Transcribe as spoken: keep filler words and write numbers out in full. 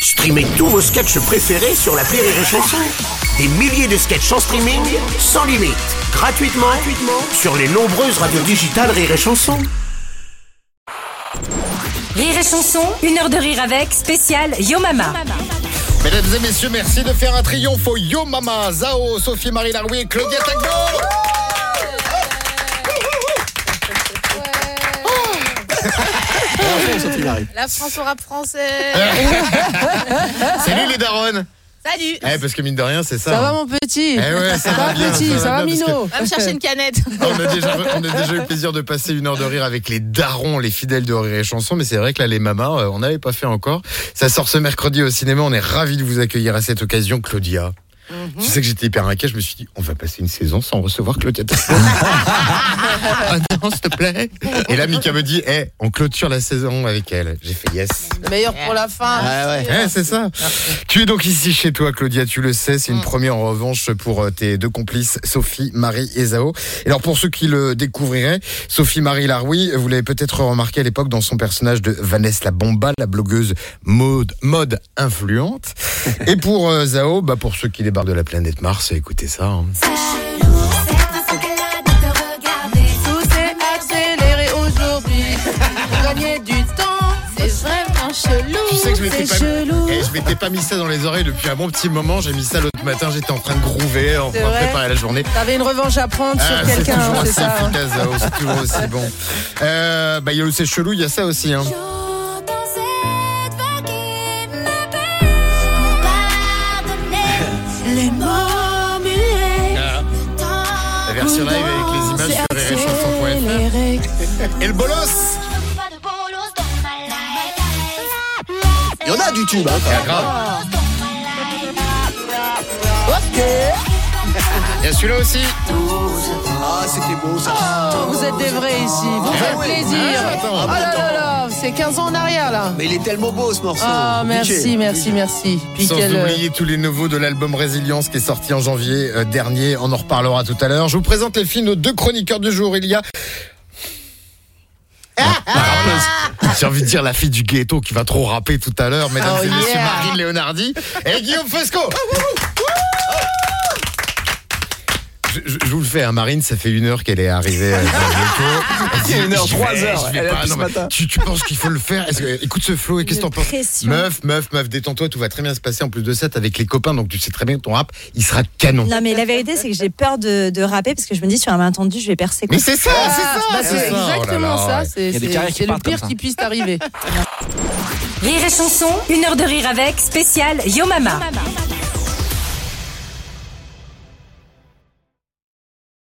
Streamez tous vos sketchs préférés sur l'appli Rire et Chanson. Des milliers de sketchs en streaming, sans limite, gratuitement, gratuitement sur les nombreuses radios digitales Rire et Chanson. Rire et Chanson, une heure de rire avec, spécial Yo Mama. Mesdames et messieurs, merci de faire un triomphe au Yo Mama, Zao, Sophie-Marie Laroui et Claudia Tagbo. La France au rap français. Salut les darons. Salut. Eh, parce que mine de rien, c'est ça. Ça hein. va mon petit. Eh ouais, ça, Ça va va bien, petit, ça va bien, parce Mino. Va me chercher une canette. On a, déjà, on a déjà eu le plaisir de passer une heure de rire avec les darons, les fidèles de Rire et Chanson, mais c'est vrai que là, les mamas, euh, on n'avait pas fait encore. Ça sort ce mercredi au cinéma, on est ravis de vous accueillir à cette occasion, Claudia. Mm-hmm. Tu sais que j'étais hyper inquiet, je me suis dit, on va passer une saison sans recevoir Claudia Tagbo. Ah non, s'il te plaît. Et là, Mika me dit, hey, on clôture la saison avec elle. J'ai fait yes. Le meilleur pour la fin. Ah ouais. Ouais, c'est ça. Tu es donc ici chez toi, Claudia, tu le sais, c'est une mm. première en revanche pour tes deux complices, Sophie, Marie et Zao. Et alors pour ceux qui le découvriraient, Sophie-Marie Laroui, vous l'avez peut-être remarqué à l'époque dans son personnage de Vanessa la Bomba, la blogueuse mode, mode influente. Et pour euh, Zao, bah pour ceux qui débarquent de la planète Mars, écoutez ça. Hein. Du temps, c'est vraiment chelou. Tu sais que je m'étais, c'est pas, chelou. eh, je m'étais pas mis ça dans les oreilles depuis un bon petit moment. J'ai mis ça l'autre matin, j'étais en train de groover, en train de préparer la journée. T'avais une revanche à prendre ah, sur quelqu'un, c'est toujours hein, assez c'est ça. efficace, Zao, c'est toujours aussi bon. Euh, bah, il y a le c'est chelou, il y a ça aussi. Hein. Les mots muets. Ah. La version live avec les images sur rire et chanson point f r. Et le bolos. Il y en a du tube, hein, ah, grave. Ok. Il y a celui-là aussi. Ah, c'était beau ça. Oh, vous êtes des vrais ici, vous faites ouais. plaisir. Ah, attends. Oh là là là, c'est quinze ans en arrière là. Mais il est tellement beau ce morceau. Ah, merci, Obligé. merci, merci. Puis Sans quel, oublier tous les nouveaux de l'album Résilience qui est sorti en janvier euh, dernier. On en reparlera tout à l'heure. Je vous présente les filles, nos deux chroniqueurs du jour. Il y a... Ah, ah, j'ai envie de dire la fille du ghetto qui va trop rapper tout à l'heure, mesdames oh et messieurs, yeah. Marine Léonardi et Guillaume Fosco. Je, je, je vous le fais, hein, Marine, ça fait une heure qu'elle est arrivée euh, dans le ghetto. Une heure, trois heures. Je vais Elle a pas, depuis non, ce mais matin. tu, tu penses qu'il faut le faire? Est-ce que, écoute ce flow et qu'est-ce que t'en penses? Meuf, meuf, meuf, détends-toi, tout va très bien se passer. En plus de ça, t'es avec les copains, donc tu sais très bien que ton rap, il sera canon. Non mais la vérité c'est que j'ai peur de, de rapper parce que je me dis sur un malentendu je vais percer quoi. Mais c'est ça, Ah, c'est ça, bah, c'est c'est ça. exactement Oh là là, ça. C'est, Il y a des c'est- carrières qui c'est le partent comme pire ça. qui puisse t'arriver. Rire et Chanson, une heure de rire avec, spécial Yo Mama.